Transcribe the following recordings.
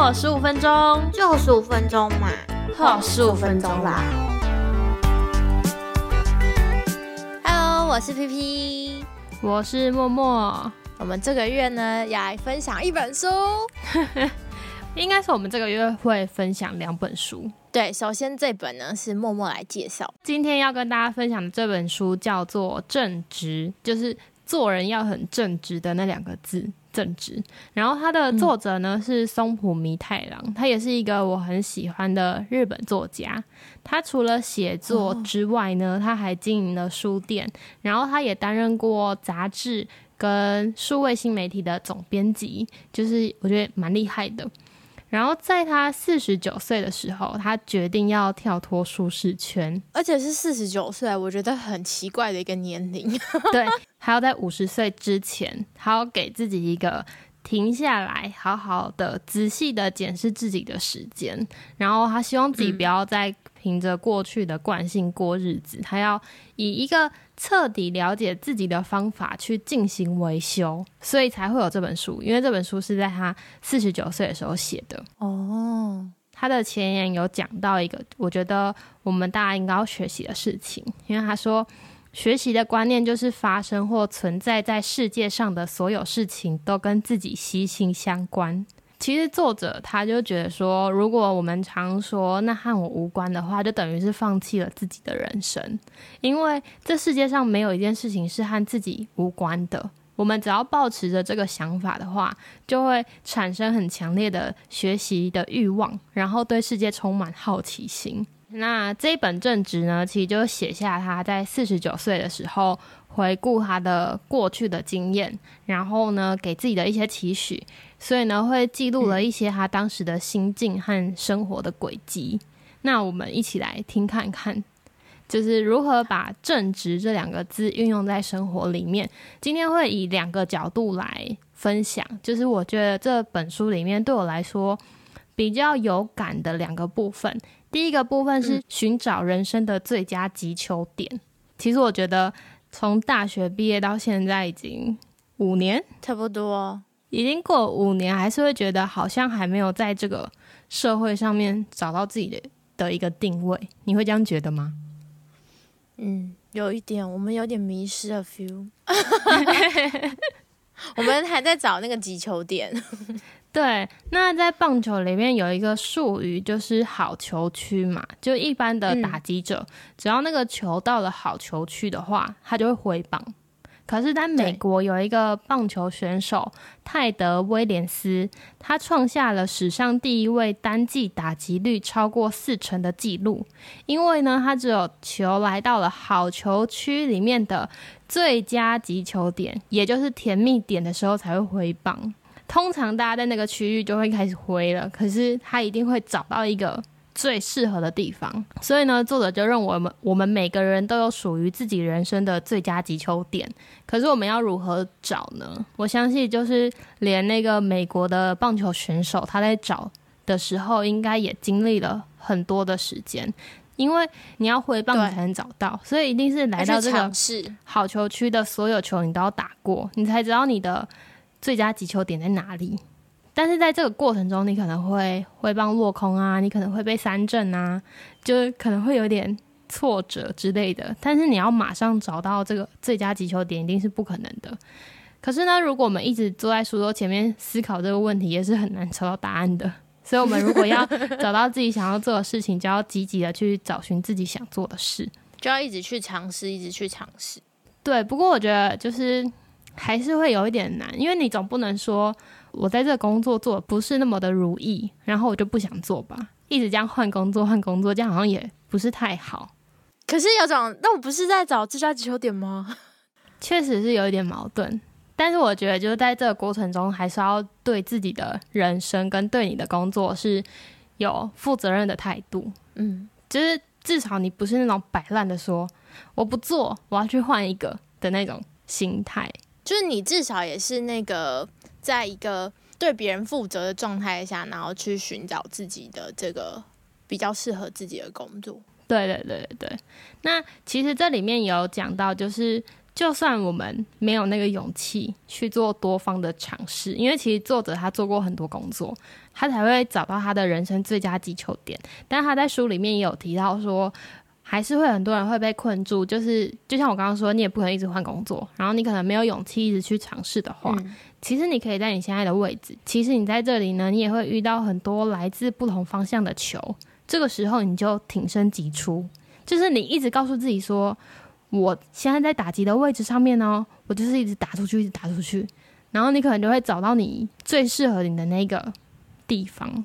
好15分钟， 就15分钟嘛， 好15分钟啦。 Hello， 我是 PP， 我是默默。 我们这个月呢要来分享一本书， 应该是我们这个月会分享2本书。 对，首先这本呢是默默来介绍。 今天要跟大家分享的这本书叫做《正直》，就是做人要很正直的那2个字，正直。然后它的作者呢是松浦弥太郎，他也是一个我很喜欢的日本作家。他除了写作之外呢，他还经营了书店，然后他也担任过杂志跟数位新媒体的总编辑，就是我觉得蛮厉害的。然后在他49岁的时候，他决定要跳脱舒适圈， 而且是49岁，我觉得很奇怪的一个年龄。 对，还要在50岁之前，他要给自己一个停下来，好好的、仔细的检视自己的时间。然后他希望自己不要再凭着过去的惯性过日子，他要以一个彻底了解自己的方法去进行维修，所以才会有这本书。因为这本书是在他49岁的时候写的。他的前言有讲到一个我觉得我们大家应该要学习的事情，因为他说学习的观念就是发生或存在在世界上的所有事情都跟自己息息相关。其实作者他就觉得说，如果我们常说那和我无关的话，就等于是放弃了自己的人生，因为这世界上没有一件事情是和自己无关的。我们只要抱持着这个想法的话，就会产生很强烈的学习的欲望，然后对世界充满好奇心。那这一本正直呢，其实就写下他在49岁的时候回顾他的过去的经验，然后呢给自己的一些期许，所以呢会记录了一些他当时的心境和生活的轨迹。那我们一起来听看看，就是如何把正直这2个字运用在生活里面。今天会以2个角度来分享，就是我觉得这本书里面对我来说比较有感的2个部分。第一个部分是寻找人生的最佳击球点。其实我觉得从大学毕业到现在已经5年， 差不多已经过了5年，还是会觉得好像还没有在这个社会上面找到自己的一个定位。你会这样觉得吗？ 有一点，我们有点迷失了 feel。 我们还在找那个击球点。 对，那在棒球里面有一个术语，就是好球区嘛，就一般的打击者，只要那个球到了好球区的话，他就会挥棒。可是在美国有一个棒球选手泰德·威廉斯，他创下了史上第一位单季打击率超过40%的纪录。因为呢，他只有球来到了好球区里面的最佳击球点，也就是甜蜜点的时候才会挥棒。通常大家在那个区域就会开始挥了，可是他一定会找到一个最适合的地方。所以呢，作者就认为我们每个人都有属于自己人生的最佳击球点。可是我们要如何找呢？我相信就是连那个美国的棒球选手他在找的时候应该也经历了很多的时间，因为你要挥棒才能找到，所以一定是来到这个好球区的所有球你都要打过，你才知道你的最佳击球点在哪里。但是在这个过程中，你可能会挥棒落空啊，你可能会被三振啊，就可能会有点挫折之类的。但是你要马上找到这个最佳击球点，一定是不可能的。可是呢，如果我们一直坐在书桌前面思考这个问题，也是很难找到答案的。所以我们如果要找到自己想要做的事情，就要积极的去找寻自己想做的事， 就要一直去尝试，一直去尝试。 对，不过我觉得就是还是会有一点难，因为你总不能说我在这个工作做的不是那么的如意，然后我就不想做吧，一直这样换工作，这样好像也不是太好。 可是有种，那我不是在找最佳击球点吗？ 确实是有一点矛盾，但是我觉得就是在这个过程中，还是要对自己的人生跟对你的工作是有负责任的态度。就是至少你不是那种摆烂的说我不做，我要去换一个的那种心态。 就是你至少也是那个在一个对别人负责的状态下，然后去寻找自己的这个比较适合自己的工作。 对。那其实这里面有讲到，就是就算我们没有那个勇气去做多方的尝试，因为其实作者他做过很多工作，他才会找到他的人生最佳击球点。但他在书里面也有提到说，还是会很多人会被困住，就是就像我刚刚说，你也不可能一直换工作，然后你可能没有勇气一直去尝试的话，其实你可以在你现在的位置，其实你在这里呢，你也会遇到很多来自不同方向的球，这个时候你就挺身击出，就是你一直告诉自己说，我现在在打击的位置上面哦，我就是一直打出去，一直打出去，然后你可能就会找到你最适合你的那个地方。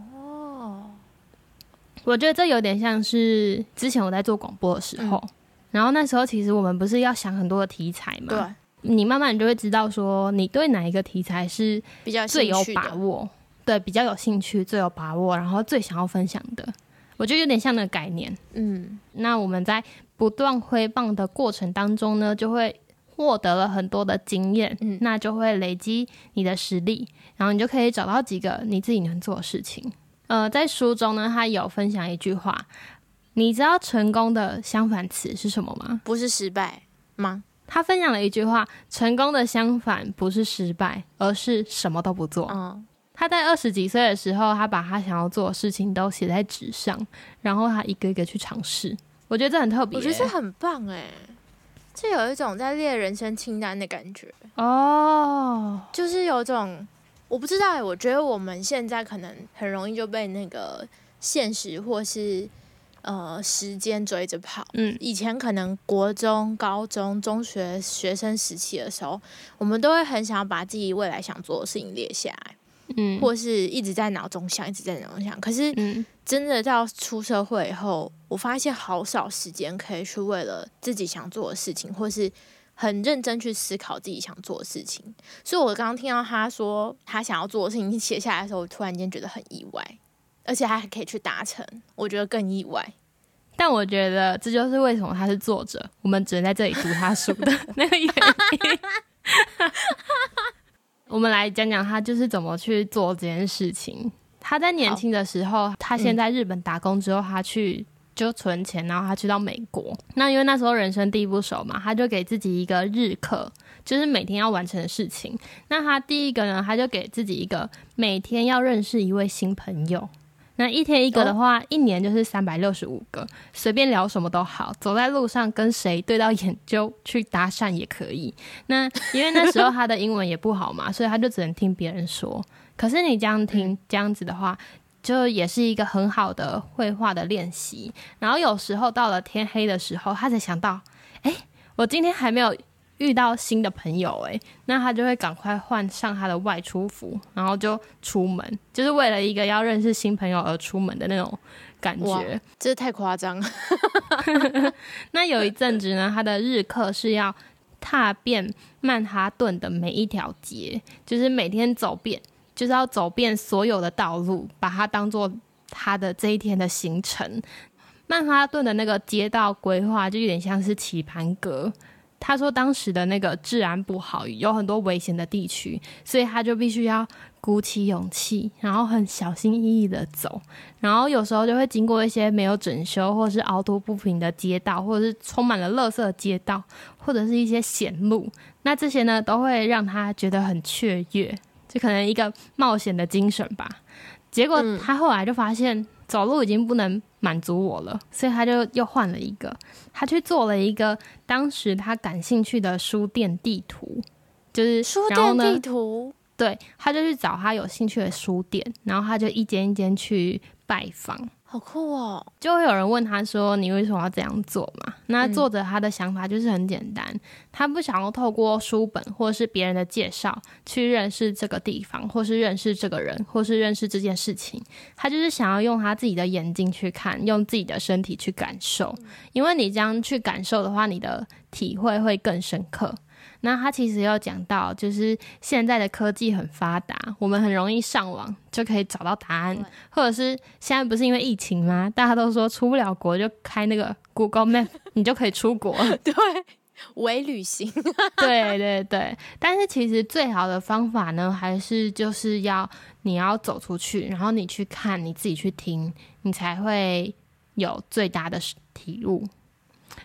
我觉得这有点像是之前我在做广播的时候，然后那时候其实我们不是要想很多的题材嘛， 对， 你慢慢就会知道说你对哪一个题材是比较最有把握，对，比较有兴趣，最有把握，然后最想要分享的。我觉得有点像那个概念。那我们在不断挥棒的过程当中呢，就会获得了很多的经验，那就会累积你的实力，然后你就可以找到几个你自己能做的事情。在书中呢，他有分享一句话，你知道成功的相反词是什么吗？ 不是失败吗？ 他分享了一句话，成功的相反不是失败，而是什么都不做。他在20几岁的时候，他把他想要做的事情都写在纸上，然后他一个一个去尝试。我觉得这很特别， 我觉得这很棒哎，这有一种在列人生清单的感觉就是有种我不知道我觉得我们现在可能很容易就被那个现实或是时间追着跑。以前可能国中、高中、中学学生时期的时候，我们都会很想要把自己未来想做的事情列下来。或是一直在脑中想，一直在脑中想。可是真的到出社会以后，我发现好少时间可以去为了自己想做的事情，或是很认真去思考自己想做的事情。所以我刚刚听到他说他想要做的事情写下来的时候，我突然间觉得很意外，而且他还可以去达成，我觉得更意外。 但我觉得这就是为什么他是作者，我们只能在这里读他书的那个原因。我们来讲讲他就是怎么去做这件事情。他在年轻的时候，他先在日本打工之后，他去就存钱，然后他去到美国。那因为那时候人生地不熟嘛，他就给自己一个日课，就是每天要完成的事情。那他第一个呢，他就给自己一个每天要认识一位新朋友。那一天一个的话，一年就是365个，随便聊什么都好，走在路上跟谁对到眼就去搭讪也可以。那因为那时候他的英文也不好嘛，所以他就只能听别人说。可是你这样听这样子的话，就也是一个很好的绘画的练习。然后有时候到了天黑的时候，他才想到，我今天还没有遇到新的朋友那他就会赶快换上他的外出服，然后就出门，就是为了一个要认识新朋友而出门的那种感觉。 这太夸张。 那有一阵子呢，他的日课是要踏遍曼哈顿的每一条街，就是每天走遍，就是要走遍所有的道路，把它当做他的这一天的行程。曼哈顿的那个街道规划就有点像是棋盘格，他说当时的那个治安不好，有很多危险的地区，所以他就必须要鼓起勇气，然后很小心翼翼的走，然后有时候就会经过一些没有整修或是凹凸不平的街道，或者是充满了垃圾的街道，或者是一些险路。那这些呢都会让他觉得很雀跃，就可能一个冒险的精神吧。结果他后来就发现走路已经不能满足我了，所以他就又换了一个，他去做了一个当时他感兴趣的书店地图，就是书店地图， 对，他就去找他有兴趣的书店，然后他就一间一间去拜访。 好酷哦！ 就会有人问他说你为什么要这样做嘛？那作者他的想法就是很简单，他不想要透过书本或是别人的介绍去认识这个地方，或是认识这个人，或是认识这件事情。他就是想要用他自己的眼睛去看，用自己的身体去感受，因为你这样去感受的话，你的体会会更深刻。那他其实有讲到，就是现在的科技很发达，我们很容易上网就可以找到答案，或者是现在不是因为疫情吗？大家都说出不了国就开那个 Google Map， 你就可以出国了。 对，微旅行。 对对对，但是其实最好的方法呢，还是就是你要走出去，然后你去看，你自己去听，你才会有最大的体悟。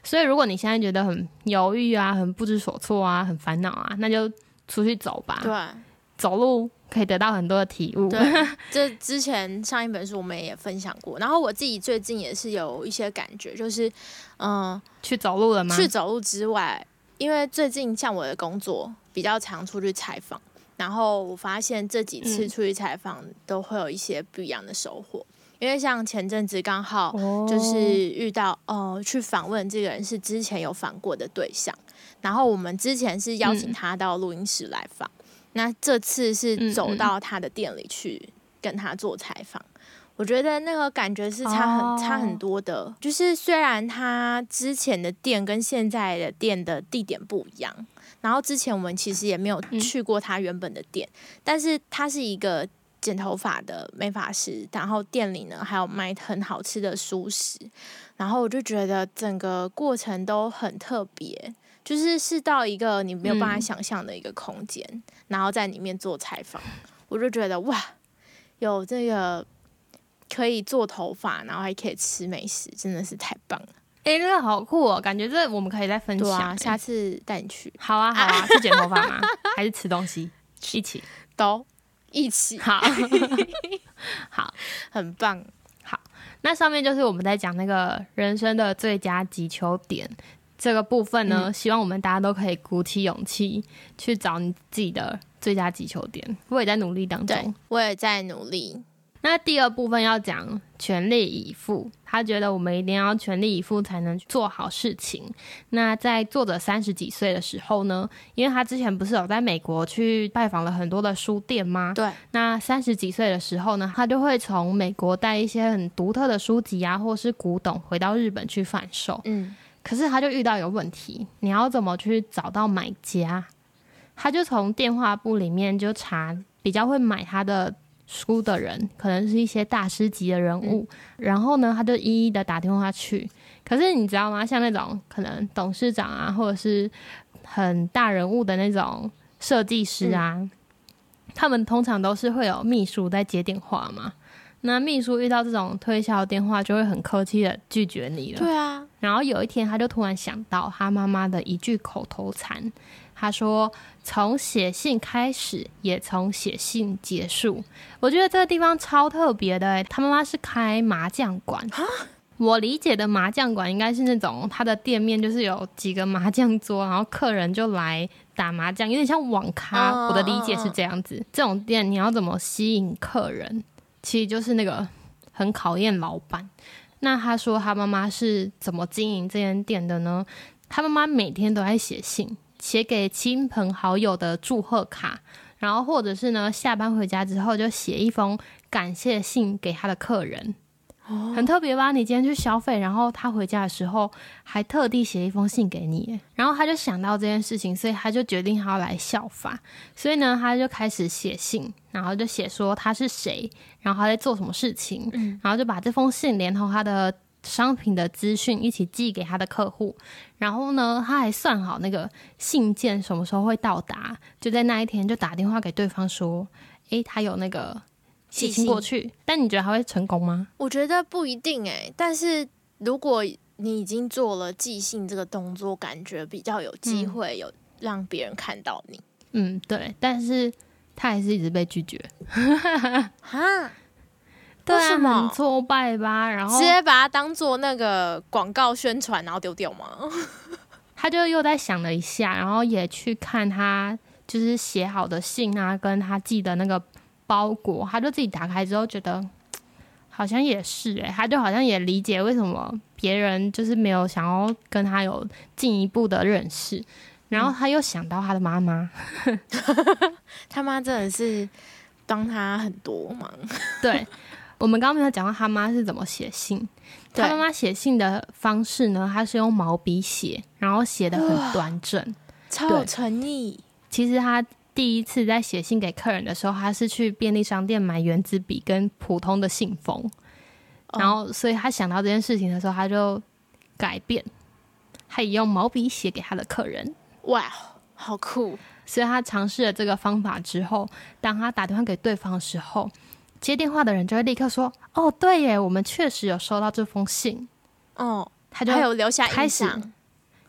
所以如果你现在觉得很犹豫啊，很不知所措啊，很烦恼啊，那就出去走吧。 对， 走路可以得到很多的体悟。 对，这之前上一本书我们也分享过，然后我自己最近也是有一些感觉，就是去走路了吗？ 去走路之外，因为最近像我的工作比较常出去采访，然后我发现这几次出去采访都会有一些不一样的收获。因为像前阵子刚好就是遇到去访问这个人是之前有访过的对象，然后我们之前是邀请他到录音室来访，那这次是走到他的店里去跟他做采访。我觉得那个感觉是差很多的，就是虽然他之前的店跟现在的店的地点不一样，然后之前我们其实也没有去过他原本的店，但是他是一个剪头发的美发师，然后店里呢还有卖很好吃的蔬食，然后我就觉得整个过程都很特别，就是到一个你没有办法想象的一个空间，然后在里面做采访，我就觉得哇，有这个可以做头发，然后还可以吃美食，真的是太棒了。 这个好酷哦，感觉这我们可以再分享。 对啊，下次带你去。 好啊，是剪头发吗？还是吃东西？一起都一起。 好好， 很棒。 好，那上面就是我们在讲那个人生的最佳击球点这个部分呢，希望我们大家都可以鼓起勇气去找你自己的最佳击球点。我也在努力当中。 对，我也在努力。 那第二部分要讲全力以赴，他觉得我们一定要全力以赴才能做好事情。那在作者30几岁的时候呢，因为他之前不是有在美国去拜访了很多的书店吗？ 对。 那30几岁的时候呢，他就会从美国带一些很独特的书籍啊，或是古董回到日本去贩售。可是他就遇到一个问题，你要怎么去找到买家？他就从电话簿里面就查比较会买他的书的人，可能是一些大师级的人物，然后呢他就一一的打电话去。可是你知道吗，像那种可能董事长啊，或者是很大人物的那种设计师啊，他们通常都是会有秘书在接电话嘛，那秘书遇到这种推销电话就会很客气的拒绝你了。 对啊。 然后有一天他就突然想到他妈妈的一句口头禅，他说从写信开始也从写信结束。我觉得这个地方超特别的。他妈妈是开麻将馆，我理解的麻将馆应该是那种他的店面就是有几个麻将桌，然后客人就来打麻将，有点像网咖。我的理解是这样子。这种店你要怎么吸引客人，其实就是那个很考验老板。那他说他妈妈是怎么经营这间店的呢？他妈妈每天都在写信，写给亲朋好友的祝贺卡，然后或者是呢下班回家之后就写一封感谢信给他的客人。很特别吧？你今天去消费，然后他回家的时候还特地写一封信给你，然后他就想到这件事情，所以他就决定他要来效法。所以呢他就开始写信，然后就写说他是谁，然后他在做什么事情，然后就把这封信连同他的商品的资讯一起寄给他的客户。然后呢他还算好那个信件什么时候会到达，就在那一天就打电话给对方说他有那个寄信过去。但你觉得他会成功吗？ 我觉得不一定但是如果你已经做了寄信这个动作，感觉比较有机会有让别人看到你。 对，但是他还是一直被拒绝。 哈？ 对啊，为什么？很挫败吧？然后直接把它当做那个广告宣传然后丢掉吗？ 他就又在想了一下，然后也去看他就是写好的信啊，跟他寄的那个包裹，他就自己打开之后觉得好像也是他就好像也理解为什么别人就是没有想要跟他有进一步的认识。然后他又想到他的妈妈， 他妈真的是帮他很多忙。 对，我们刚刚没有讲到他妈是怎么写信。他妈妈写信的方式呢，他是用毛笔写，然后写得很端正， 超有诚意。 其实他第一次在写信给客人的时候，他是去便利商店买原子笔跟普通的信封，然后所以他想到这件事情的时候，他就改变，他也用毛笔写给他的客人。 哇，好酷！ 所以他尝试了这个方法之后，当他打电话给对方的时候，接电话的人就会立刻说：“哦，对耶，我们确实有收到这封信。”他就还有留下印象。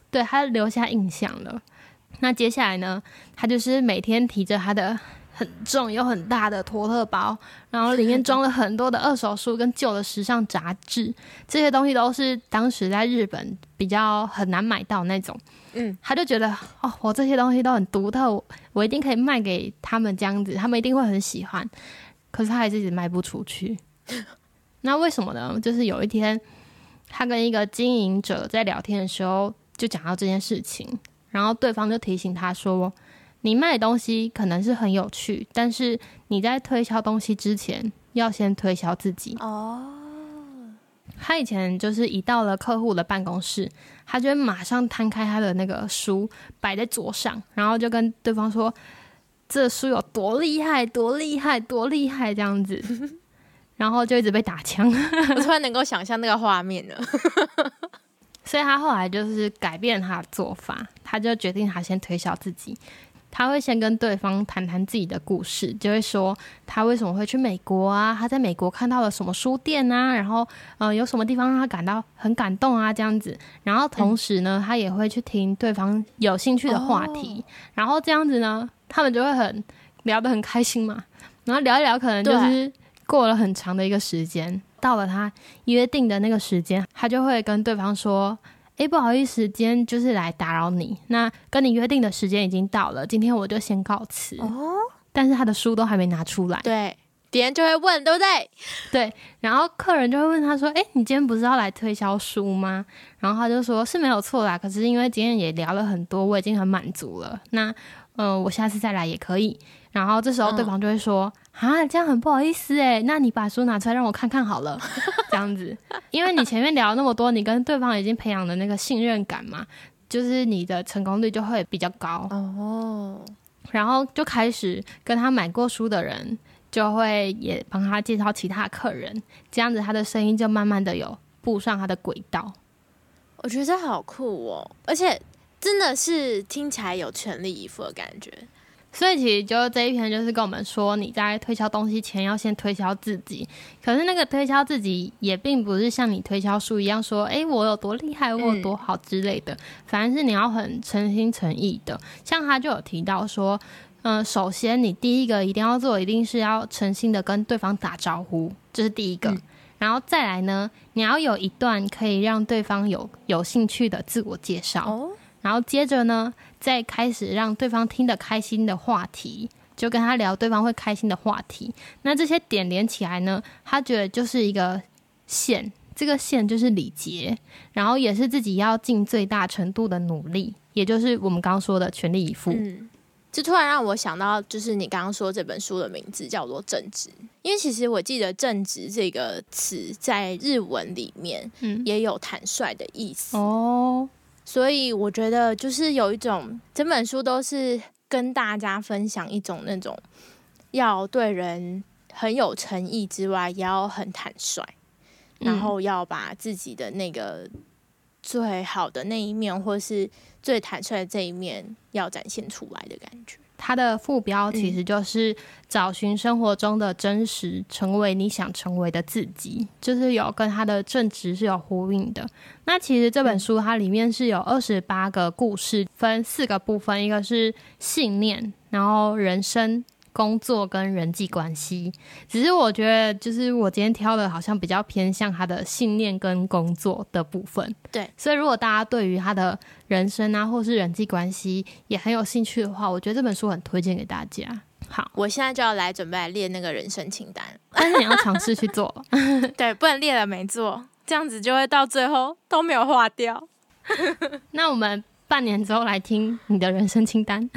对，他留下印象了。那接下来呢，他就是每天提着他的很重又很大的托特包，然后里面装了很多的二手书跟旧的时尚杂志，这些东西都是当时在日本比较很难买到那种。他就觉得我这些东西都很独特，我一定可以卖给他们，这样子他们一定会很喜欢。可是他还是一直卖不出去。那为什么呢？就是有一天他跟一个经营者在聊天的时候就讲到这件事情，然后对方就提醒他说，你卖的东西可能是很有趣，但是你在推销东西之前要先推销自己。他以前就是一到了客户的办公室，他就会马上摊开他的那个书摆在桌上，然后就跟对方说这书有多厉害多厉害多厉害这样子，然后就一直被打枪。 我突然能够想象那个画面了。 所以他后来就是改变他的做法，他就决定他先推销自己。他会先跟对方谈谈自己的故事，就会说他为什么会去美国啊，他在美国看到了什么书店啊，然后有什么地方让他感到很感动啊这样子。然后同时呢，他也会去听对方有兴趣的话题，然后这样子呢，他们就会聊得很开心嘛。然后聊一聊，可能就是过了很长的一个时间，到了他约定的那个时间，他就会跟对方说，不好意思，今天就是来打扰你，那跟你约定的时间已经到了，今天我就先告辞。但是他的书都还没拿出来。 对，别人就会问，对不对？ 对，然后客人就会问他说，你今天不是要来推销书吗？然后他就说是没有错啦，可是因为今天也聊了很多，我已经很满足了，那我下次再来也可以。然后这时候对方就会说，这样很不好意思耶，那你把书拿出来让我看看好了。这样子，因为你前面聊了那么多，你跟对方已经培养的那个信任感嘛，就是你的成功率就会比较高。然后就开始跟他买过书的人就会也帮他介绍其他客人，这样子他的生意就慢慢的有步上他的轨道。 我觉得好酷哦，而且真的是听起来有全力以赴的感觉。 所以其实就这一篇就是跟我们说，你在推销东西前要先推销自己。可是那个推销自己也并不是像你推销书一样说我有多厉害，我有多好之类的，反而是你要很诚心诚意的。像他就有提到说首先你第一个一定要做，一定是要诚心的跟对方打招呼，这是第一个。然后再来呢，你要有一段可以让对方有兴趣的自我介绍。然后接着呢，再开始让对方听得开心的话题，就跟他聊对方会开心的话题。那这些点连起来呢，他觉得就是一个线，这个线就是礼节，然后也是自己要尽最大程度的努力，也就是我们刚刚说的全力以赴。 这突然让我想到，就是你刚刚说这本书的名字叫做正直，因为其实我记得正直这个词在日文里面也有坦率的意思。所以我觉得就是有一种，整本书都是跟大家分享一种那种要对人很有诚意之外，也要很坦率，然后要把自己的那个最好的那一面，或是最坦率的这一面要展现出来的感觉。 它的副标其实就是找寻生活中的真实，成为你想成为的自己，就是有跟它的正直是有呼应的。那其实这本书它里面是有28个故事，分4个部分，一个是信念，然后人生、工作跟人际关系。只是我觉得就是我今天挑的好像比较偏向他的信念跟工作的部分。 对， 所以如果大家对于他的人生啊或是人际关系也很有兴趣的话，我觉得这本书很推荐给大家。好， 我现在就要来准备来列那个人生清单， 但是你要尝试去做。 对，不能列了没做，这样子就会到最后都没有划掉。 那我们半年之后来听你的人生清单。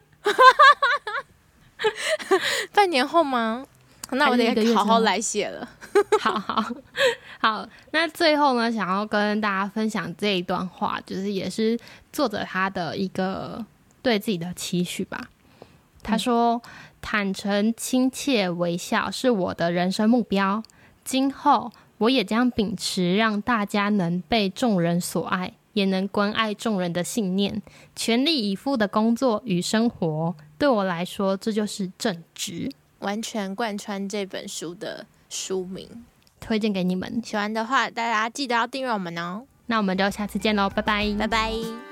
半年后吗？那我得好好来写了。 好，那最后呢，想要跟大家分享这一段话，就是也是作者他的一个对自己的期许吧。他说，坦诚、亲切、微笑是我的人生目标，今后我也将秉持让大家能被众人所爱，也能关爱众人的信念，全力以赴的工作与生活。对我来说，这就是正直， 完全贯穿这本书的书名， 推荐给你们。 喜欢的话，大家记得要订阅我们哦。 那我们就下次见喽，拜拜， 拜拜。